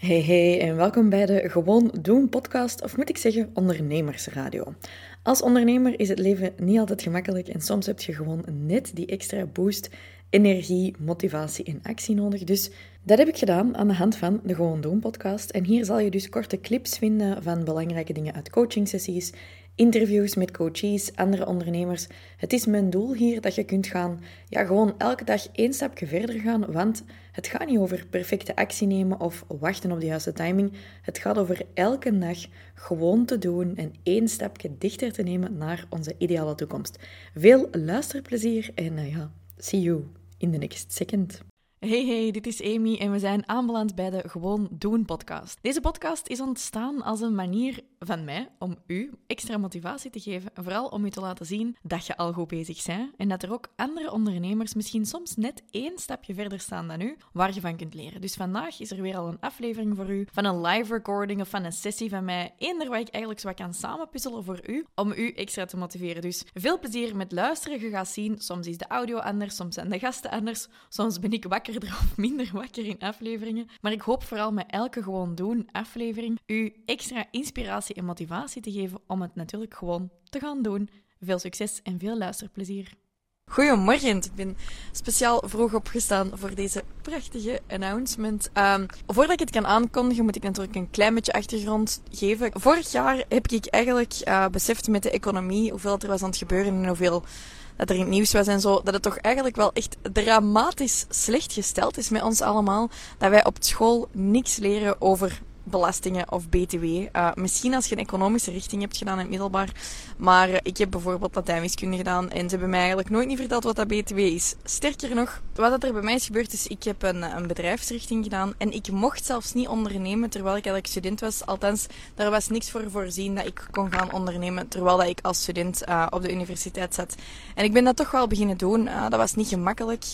Hey en welkom bij de Gewoon Doen podcast, of moet ik zeggen ondernemersradio. Als ondernemer is het leven niet altijd gemakkelijk en soms heb je gewoon net die extra boost, energie, motivatie en actie nodig. Dus dat heb ik gedaan aan de hand van de Gewoon Doen podcast. En hier zal je dus korte clips vinden van belangrijke dingen uit coachingsessies, interviews met coaches, andere ondernemers. Het is mijn doel hier dat je kunt gaan, gewoon elke dag 1 stapje verder gaan, want het gaat niet over perfecte actie nemen of wachten op de juiste timing. Het gaat over elke dag gewoon te doen en 1 stapje dichter te nemen naar onze ideale toekomst. Veel luisterplezier en see you in the next second. Hey, dit is Amy en we zijn aanbeland bij de Gewoon Doen podcast. Deze podcast is ontstaan als een manier van mij om u extra motivatie te geven, vooral om u te laten zien dat je al goed bezig bent en dat er ook andere ondernemers misschien soms net 1 stapje verder staan dan u, waar je van kunt leren. Dus vandaag is er weer al een aflevering voor u, van een live recording of van een sessie van mij, eender waar ik eigenlijk zo wat kan samenpuzzelen voor u, om u extra te motiveren. Dus veel plezier met luisteren, je gaat zien, soms is de audio anders, soms zijn de gasten anders, soms ben ik wakker of minder wakker in afleveringen. Maar ik hoop vooral met elke Gewoon Doen aflevering u extra inspiratie en motivatie te geven om het natuurlijk gewoon te gaan doen. Veel succes en veel luisterplezier. Goedemorgen, ik ben speciaal vroeg opgestaan voor deze prachtige announcement. Voordat ik het kan aankondigen, moet ik natuurlijk een klein beetje achtergrond geven. Vorig jaar heb ik eigenlijk beseft met de economie hoeveel er was aan het gebeuren en hoeveel dat er in het nieuws was en zo, dat het toch eigenlijk wel echt dramatisch slecht gesteld is met ons allemaal, dat wij op school niks leren over belastingen of BTW. Misschien als je een economische richting hebt gedaan in het middelbaar, maar ik heb bijvoorbeeld Latijn-wiskunde gedaan en ze hebben mij eigenlijk nooit niet verteld wat dat BTW is. Sterker nog, wat er bij mij is gebeurd is, ik heb een bedrijfsrichting gedaan en ik mocht zelfs niet ondernemen terwijl ik eigenlijk student was. Althans, daar was niks voor voorzien dat ik kon gaan ondernemen terwijl dat ik als student op de universiteit zat. En ik ben dat toch wel beginnen doen. Dat was niet gemakkelijk.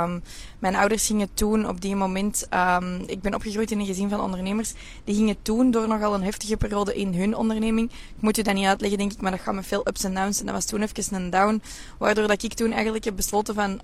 Mijn ouders gingen toen op die moment, ik ben opgegroeid in een gezin van ondernemers, die gingen toen door nogal een heftige periode in hun onderneming. Ik moet u dat niet uitleggen, denk ik, maar dat gaat met veel ups en downs. En dat was toen even een down, waardoor dat ik toen eigenlijk heb besloten van,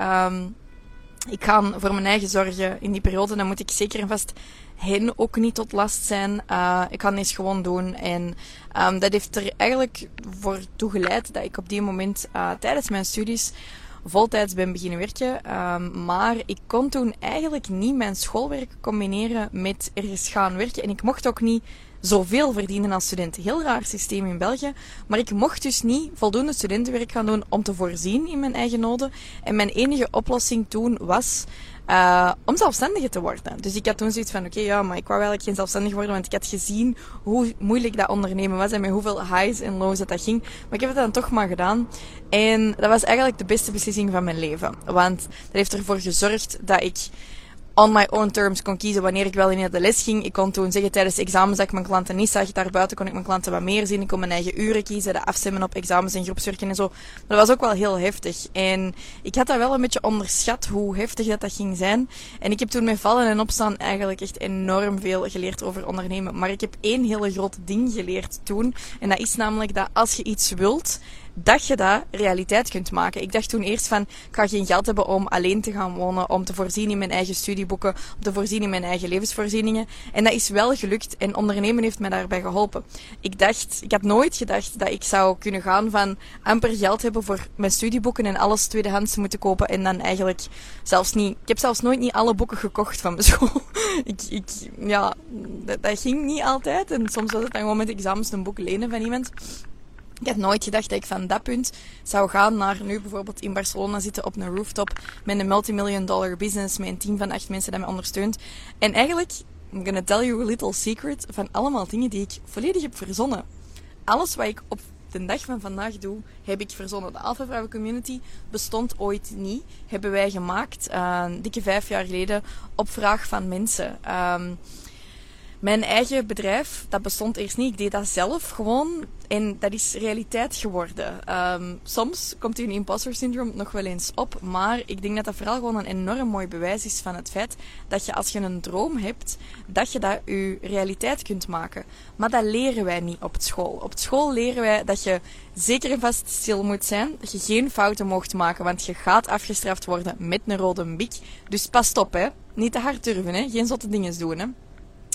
ik ga voor mijn eigen zorgen in die periode. Dan moet ik zeker en vast hen ook niet tot last zijn. Ik ga het eens gewoon doen. En dat heeft er eigenlijk voor toegeleid dat ik op die moment tijdens mijn studies voltijds ben beginnen werken. Maar ik kon toen eigenlijk niet mijn schoolwerk combineren met ergens gaan werken. En ik mocht ook niet zoveel verdienen als student. Heel raar systeem in België. Maar ik mocht dus niet voldoende studentenwerk gaan doen om te voorzien in mijn eigen noden. En mijn enige oplossing toen was om zelfstandige te worden. Dus ik had toen zoiets van, maar ik wou eigenlijk geen zelfstandig worden, want ik had gezien hoe moeilijk dat ondernemen was en met hoeveel highs en lows dat ging. Maar ik heb het dan toch maar gedaan. En dat was eigenlijk de beste beslissing van mijn leven. Want dat heeft ervoor gezorgd dat ik on my own terms kon kiezen wanneer ik wel in de les ging. Ik kon toen zeggen tijdens examens dat ik mijn klanten niet zag. Daarbuiten kon ik mijn klanten wat meer zien. Ik kon mijn eigen uren kiezen, de afstemmen op examens en groepswerken en zo. Maar dat was ook wel heel heftig. En ik had dat wel een beetje onderschat, hoe heftig dat ging zijn. En ik heb toen met vallen en opstaan eigenlijk echt enorm veel geleerd over ondernemen. Maar ik heb 1 hele groot ding geleerd toen. En dat is namelijk dat als je iets wilt, dat je dat realiteit kunt maken. Ik dacht toen eerst van, ik ga geen geld hebben om alleen te gaan wonen, om te voorzien in mijn eigen studieboeken, om te voorzien in mijn eigen levensvoorzieningen. En dat is wel gelukt en ondernemen heeft mij daarbij geholpen. Ik had nooit gedacht dat ik zou kunnen gaan van amper geld hebben voor mijn studieboeken en alles tweedehands moeten kopen en dan eigenlijk zelfs niet. Ik heb zelfs nooit niet alle boeken gekocht van mijn school. Dat ging niet altijd en soms was het dan gewoon met examens een boek lenen van iemand. Ik had nooit gedacht dat ik van dat punt zou gaan naar nu bijvoorbeeld in Barcelona zitten op een rooftop met een multimillion-dollar business, met een team van 8 mensen dat mij ondersteunt. En eigenlijk, I'm gonna tell you a little secret, van allemaal dingen die ik volledig heb verzonnen. Alles wat ik op de dag van vandaag doe, heb ik verzonnen. De Alpha Vrouwen Community bestond ooit niet. Hebben wij gemaakt, dikke 5 jaar geleden, op vraag van mensen. Mijn eigen bedrijf, dat bestond eerst niet. Ik deed dat zelf gewoon. En dat is realiteit geworden. Soms komt een imposter syndroom nog wel eens op. Maar ik denk dat dat vooral gewoon een enorm mooi bewijs is van het feit dat je als je een droom hebt, dat je dat je realiteit kunt maken. Maar dat leren wij niet op school. Op school leren wij dat je zeker en vast stil moet zijn. Dat je geen fouten mocht maken, want je gaat afgestraft worden met een rode bik. Dus pas op, hè. Niet te hard durven, hè. Geen zotte dingen doen, hè.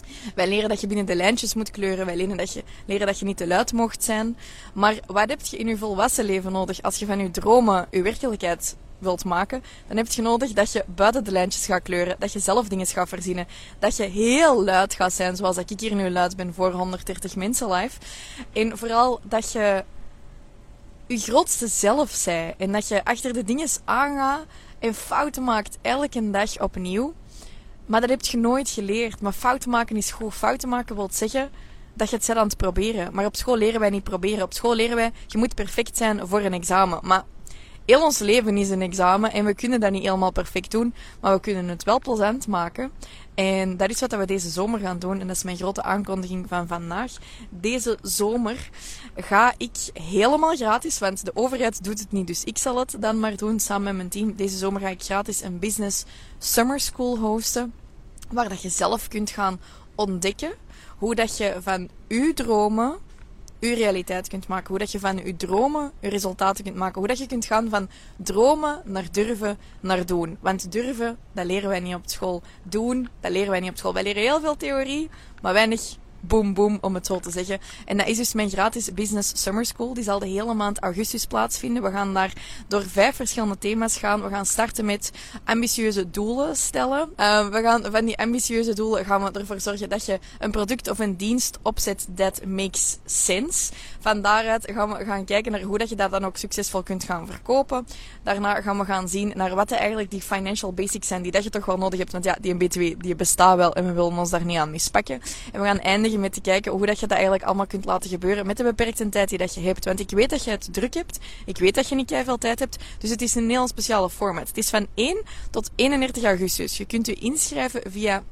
Wij leren dat je binnen de lijntjes moet kleuren. Wij leren dat je niet te luid mocht zijn. Maar wat heb je in je volwassen leven nodig als je van je dromen je werkelijkheid wilt maken? Dan heb je nodig dat je buiten de lijntjes gaat kleuren. Dat je zelf dingen gaat verzinnen. Dat je heel luid gaat zijn, zoals ik hier nu luid ben voor 130 mensen live. En vooral dat je je grootste zelf zij. En dat je achter de dingen aangaat en fouten maakt elke dag opnieuw. Maar dat heb je nooit geleerd. Maar fouten maken is goed. Fouten maken wil zeggen dat je het zelf aan het proberen. Maar op school leren wij niet proberen. Op school leren wij, je moet perfect zijn voor een examen. Maar heel ons leven is een examen en we kunnen dat niet helemaal perfect doen. Maar we kunnen het wel plezant maken. En dat is wat we deze zomer gaan doen. En dat is mijn grote aankondiging van vandaag. Deze zomer ga ik helemaal gratis, want de overheid doet het niet. Dus ik zal het dan maar doen samen met mijn team. Deze zomer ga ik gratis een business summer school hosten. Waar dat je zelf kunt gaan ontdekken hoe dat je van je dromen je realiteit kunt maken. Hoe dat je van je dromen je resultaten kunt maken. Hoe dat je kunt gaan van dromen naar durven naar doen. Want durven, dat leren wij niet op school. Doen, dat leren wij niet op school. Wij leren heel veel theorie, maar weinig boom boom, om het zo te zeggen. En dat is dus mijn gratis Business Summer School. Die zal de hele maand augustus plaatsvinden. We gaan daar door 5 verschillende thema's gaan. We gaan starten met ambitieuze doelen stellen. We gaan van die ambitieuze doelen gaan we ervoor zorgen dat je een product of een dienst opzet that makes sense. Van daaruit gaan we gaan kijken naar hoe dat je dat dan ook succesvol kunt gaan verkopen. Daarna gaan we gaan zien naar wat eigenlijk die financial basics zijn die dat je toch wel nodig hebt. Want ja, die BTW die bestaat wel en we willen ons daar niet aan mispakken. En we gaan eindigen met te kijken hoe dat je dat eigenlijk allemaal kunt laten gebeuren met de beperkte tijd die dat je hebt. Want ik weet dat je het druk hebt. Ik weet dat je niet veel tijd hebt. Dus het is een heel speciale format. Het is van 1 tot 31 augustus. Je kunt je inschrijven via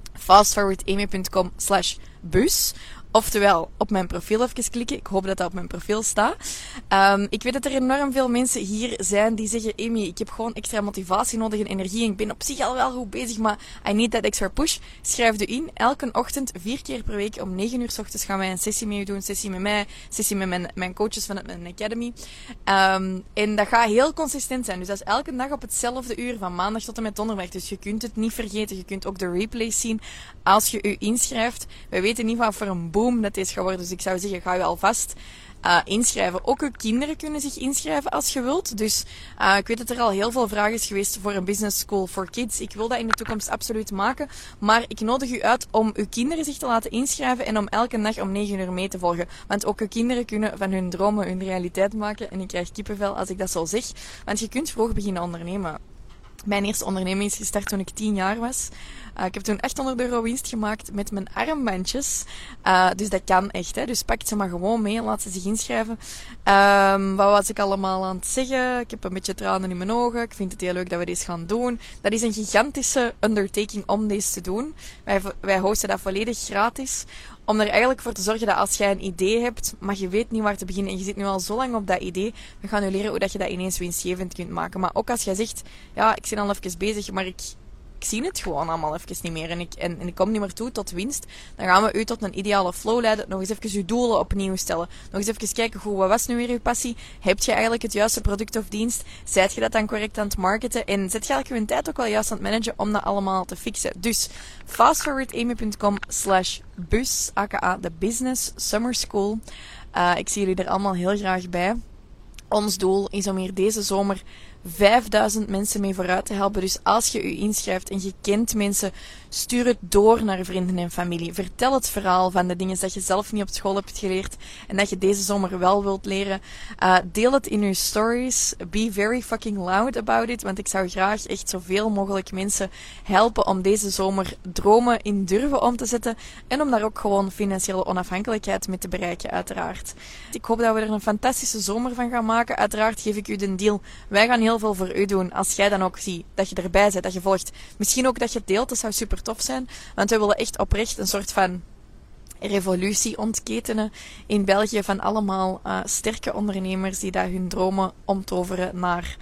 fastforwardamy.com/bus. Oftewel, op mijn profiel even klikken. Ik hoop dat dat op mijn profiel staat. Ik weet dat er enorm veel mensen hier zijn die zeggen: Amy, ik heb gewoon extra motivatie nodig en energie. Ik ben op zich al wel goed bezig, maar I need that extra push. Schrijf je in. Elke ochtend, 4 keer per week, om 9 uur 's ochtends gaan wij een sessie mee doen. Sessie met mij, sessie met mijn coaches vanuit mijn academy. En dat gaat heel consistent zijn. Dus dat is elke dag op hetzelfde uur, van maandag tot en met donderdag. Dus je kunt het niet vergeten. Je kunt ook de replays zien als je je inschrijft. Wij weten niet wat voor een boom dat is geworden. Dus ik zou zeggen, ga je alvast inschrijven. Ook uw kinderen kunnen zich inschrijven als je wilt. Dus ik weet dat er al heel veel vragen is geweest voor een business school for kids. Ik wil dat in de toekomst absoluut maken. Maar ik nodig u uit om uw kinderen zich te laten inschrijven en om elke dag om 9 uur mee te volgen. Want ook uw kinderen kunnen van hun dromen hun realiteit maken. En ik krijg kippenvel als ik dat zo zeg. Want je kunt vroeg beginnen ondernemen. Mijn eerste onderneming is gestart toen ik 10 jaar was. Ik heb toen €800 winst gemaakt met mijn armbandjes. Dus dat kan echt. Hè. Dus pak ze maar gewoon mee. Laat ze zich inschrijven. Wat was ik allemaal aan het zeggen? Ik heb een beetje tranen in mijn ogen. Ik vind het heel leuk dat we deze gaan doen. Dat is een gigantische undertaking om deze te doen. Wij hosten dat volledig gratis. Om er eigenlijk voor te zorgen dat als jij een idee hebt, maar je weet niet waar te beginnen en je zit nu al zo lang op dat idee, we gaan je leren hoe dat je dat ineens winstgevend kunt maken. Maar ook als jij zegt, ja, ik ben al even bezig, maar ik zie het gewoon allemaal even niet meer en ik kom niet meer toe tot winst, dan gaan we u tot een ideale flow leiden. Nog eens even uw doelen opnieuw stellen. Nog eens even kijken, goed, wat was nu weer uw passie? Heb je eigenlijk het juiste product of dienst? Zijt je dat dan correct aan het marketen? En zet je eigenlijk je tijd ook wel juist aan het managen om dat allemaal te fixen? Dus fastforwardamy.com/bus, aka de Business Summer School. Ik zie jullie er allemaal heel graag bij. Ons doel is om hier deze zomer 5000 mensen mee vooruit te helpen. Dus als je je inschrijft en je kent mensen, stuur het door naar vrienden en familie. Vertel het verhaal van de dingen dat je zelf niet op school hebt geleerd en dat je deze zomer wel wilt leren. Deel het in je stories. Be very fucking loud about it. Want ik zou graag echt zoveel mogelijk mensen helpen om deze zomer dromen in durven om te zetten. En om daar ook gewoon financiële onafhankelijkheid mee te bereiken, uiteraard. Ik hoop dat we er een fantastische zomer van gaan maken. Uiteraard geef ik u de deal. Wij gaan heel veel voor u doen. Als jij dan ook ziet dat je erbij bent, dat je volgt. Misschien ook dat je het deelt. Dat zou super tof zijn. Want we willen echt oprecht een soort van revolutie ontketenen in België van allemaal sterke ondernemers die daar hun dromen omtoveren naar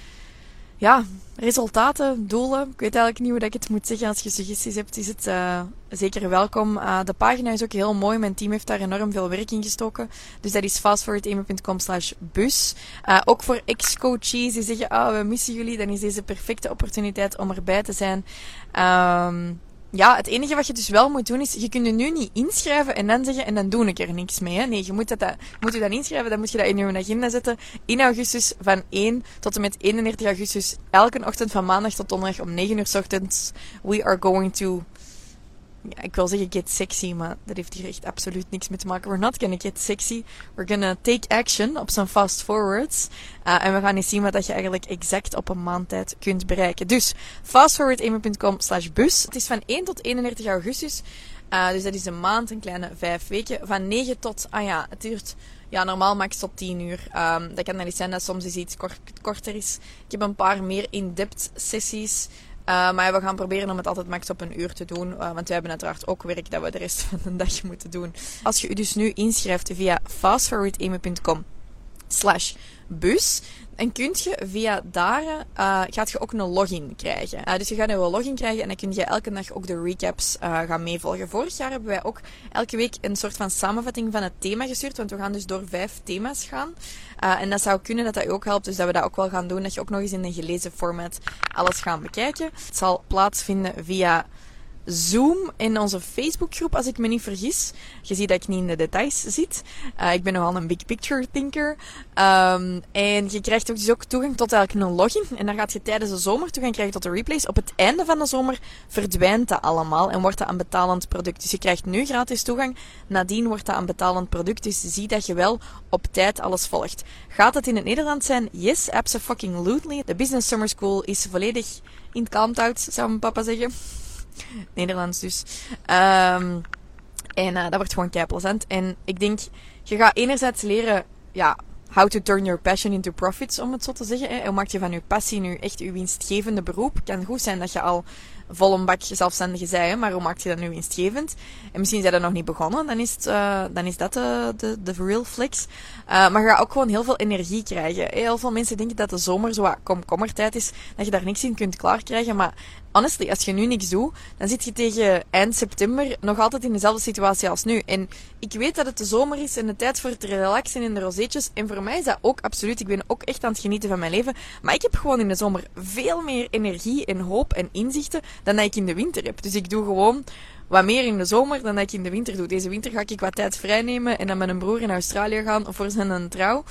resultaten, doelen. Ik weet eigenlijk niet hoe dat ik het moet zeggen. Als je suggesties hebt, is het zeker welkom. De pagina is ook heel mooi. Mijn team heeft daar enorm veel werk in gestoken. Dus dat is fastforwardamy.com/bus. Ook voor ex-coaches die zeggen, we missen jullie. Dan is deze perfecte opportuniteit om erbij te zijn. ja, het enige wat je dus wel moet doen is, je kunt je nu niet inschrijven en dan zeggen, en dan doe ik er niks mee. Hè? Nee, je moet je dan inschrijven, dan moet je dat in je agenda zetten. In augustus van 1 tot en met 31 augustus, elke ochtend van maandag tot donderdag om 9 uur 's ochtends, we are going to... Ja, ik wil zeggen get sexy, maar dat heeft hier echt absoluut niks mee te maken. We're not gonna get sexy. We're gonna take action op some fast forwards. En we gaan eens zien wat je eigenlijk exact op een maand tijd kunt bereiken. Dus fastforwardamy.com/bus. Het is van 1 tot 31 augustus. Dus dat is een maand, een kleine 5 weken. Van 9 tot, het duurt normaal max tot 10 uur. Dat kan dan niet zijn dat soms iets korter is. Ik heb een paar meer in-depth sessies. Maar we gaan proberen om het altijd max op een uur te doen. Want we hebben uiteraard ook werk dat we de rest van de dag moeten doen. Als je je dus nu inschrijft via fastforwardamy.com/bus, dan kun je via daar gaat je ook een login krijgen. Dus je gaat een login krijgen en dan kun je elke dag ook de recaps gaan meevolgen. Vorig jaar hebben wij ook elke week een soort van samenvatting van het thema gestuurd. Want we gaan dus door 5 thema's gaan. En dat zou kunnen dat je ook helpt. Dus dat we dat ook wel gaan doen. Dat je ook nog eens in een gelezen format alles gaan bekijken. Het zal plaatsvinden via Zoom in onze Facebookgroep, als ik me niet vergis. Je ziet dat ik niet in de details zit. Ik ben nogal een big picture thinker. En je krijgt ook dus ook toegang tot eigenlijk een login. En dan gaat je tijdens de zomer toegang krijgen tot de replays. Op het einde van de zomer verdwijnt dat allemaal en wordt dat een betalend product. Dus je krijgt nu gratis toegang. Nadien wordt dat een betalend product. Dus zie dat je wel op tijd alles volgt. Gaat het in het Nederlands zijn? Yes, absolutely. De Business Summer School is volledig in het kalmthout, zou mijn papa zeggen. Nederlands dus. En dat wordt gewoon keiplezant. En ik denk, je gaat enerzijds leren, how to turn your passion into profits, om het zo te zeggen. Hoe maak je van je passie nu echt je winstgevende beroep? Het kan goed zijn dat je al vol een bak zelfstandige zij, maar hoe maak je dat nu winstgevend? En misschien zijn dat nog niet begonnen, dan is dat de real flex. Maar je gaat ook gewoon heel veel energie krijgen. Heel veel mensen denken dat de zomer zo wat komkommertijd is, dat je daar niks in kunt klaarkrijgen, maar honestly, als je nu niks doet, dan zit je tegen eind september nog altijd in dezelfde situatie als nu. En ik weet dat het de zomer is en de tijd voor het relaxen in de rozeetjes. En voor mij is dat ook absoluut. Ik ben ook echt aan het genieten van mijn leven. Maar ik heb gewoon in de zomer veel meer energie en hoop en inzichten dan dat ik in de winter heb. Dus ik doe gewoon wat meer in de zomer dan dat ik in de winter doe. Deze winter ga ik wat tijd vrij nemen en dan met een broer in Australië gaan voor zijn trouw.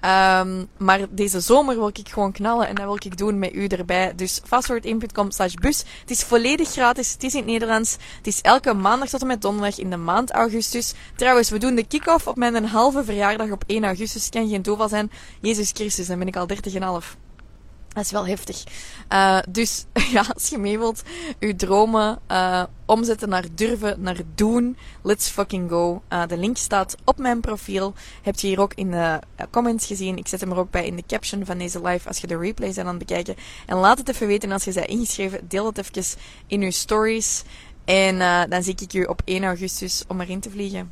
Maar deze zomer wil ik gewoon knallen en dat wil ik doen met u erbij. Dus fastforward1.com/bus. Het is volledig gratis. Het is in het Nederlands. Het is elke maandag tot en met donderdag in de maand augustus. Trouwens, we doen de kick-off op mijn halve verjaardag op 1 augustus. Het kan geen toeval zijn. Jezus Christus, dan ben ik al 30,5. Dat is wel heftig. Dus als je mee wilt, je dromen omzetten naar durven, naar doen, let's fucking go. De link staat op mijn profiel. Heb je hier ook in de comments gezien. Ik zet hem er ook bij in de caption van deze live als je de replays bent aan het bekijken. En laat het even weten als je bent ingeschreven. Deel het even in je stories. En dan zie ik je op 1 augustus om erin te vliegen.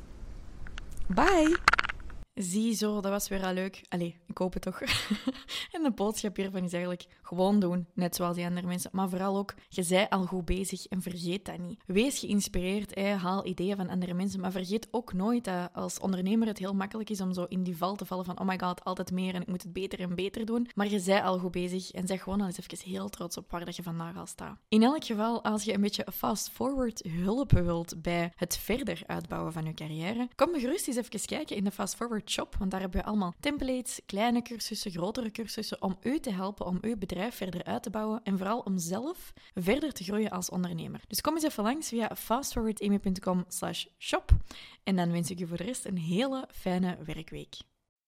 Bye! Ziezo, dat was weer al leuk. Allee, ik hoop het toch. En de boodschap hiervan is eigenlijk gewoon doen, net zoals die andere mensen. Maar vooral ook, je bent al goed bezig en vergeet dat niet. Wees geïnspireerd, haal ideeën van andere mensen. Maar vergeet ook nooit dat als ondernemer het heel makkelijk is om zo in die val te vallen van oh my god, altijd meer en ik moet het beter en beter doen. Maar je bent al goed bezig en zeg gewoon al eens even heel trots op waar dat je vandaag al staat. In elk geval, als je een beetje fast forward hulp wilt bij het verder uitbouwen van je carrière, kom gerust eens even kijken in de Fast Forward Shop, want daar hebben we allemaal templates, kleine cursussen, grotere cursussen om u te helpen om uw bedrijf verder uit te bouwen en vooral om zelf verder te groeien als ondernemer. Dus kom eens even langs via fastforwardamy.com/shop en dan wens ik u voor de rest een hele fijne werkweek.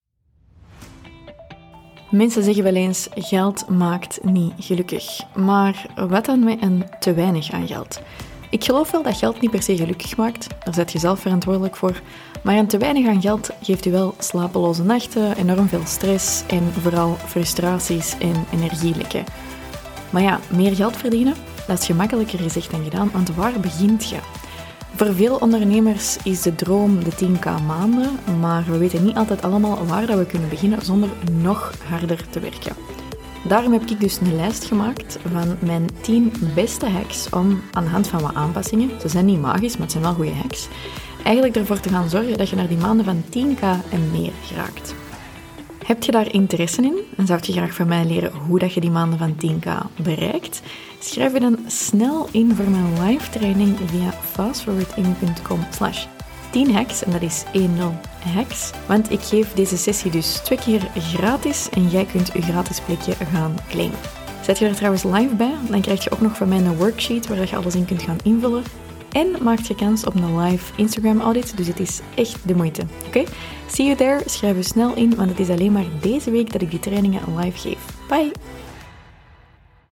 Mensen zeggen wel eens, geld maakt niet gelukkig. Maar wat dan met een te weinig aan geld? Ik geloof wel dat geld niet per se gelukkig maakt, daar zet je zelf verantwoordelijk voor, maar een te weinig aan geld geeft u wel slapeloze nachten, enorm veel stress en vooral frustraties en energielekken. Maar ja, meer geld verdienen, dat is gemakkelijker gezegd dan gedaan, want waar begint je? Voor veel ondernemers is de droom de 10k maanden, maar we weten niet altijd allemaal waar dat we kunnen beginnen zonder nog harder te werken. Daarom heb ik dus een lijst gemaakt van mijn 10 beste hacks om aan de hand van wat aanpassingen, ze zijn niet magisch, maar het zijn wel goede hacks, eigenlijk ervoor te gaan zorgen dat je naar die maanden van 10k en meer geraakt. Heb je daar interesse in en zou je graag van mij leren hoe dat je die maanden van 10k bereikt? Schrijf je dan snel in voor mijn live training via fastforwarding.com/10hacks en dat is 10 hacks. Want ik geef deze sessie dus 2 keer gratis en jij kunt je gratis plekje gaan claimen. Zet je er trouwens live bij, dan krijg je ook nog van mij een worksheet waar je alles in kunt gaan invullen. En maakt je kans op een live Instagram audit, dus het is echt de moeite. Oké? See you there, schrijf je snel in, want het is alleen maar deze week dat ik die trainingen live geef. Bye!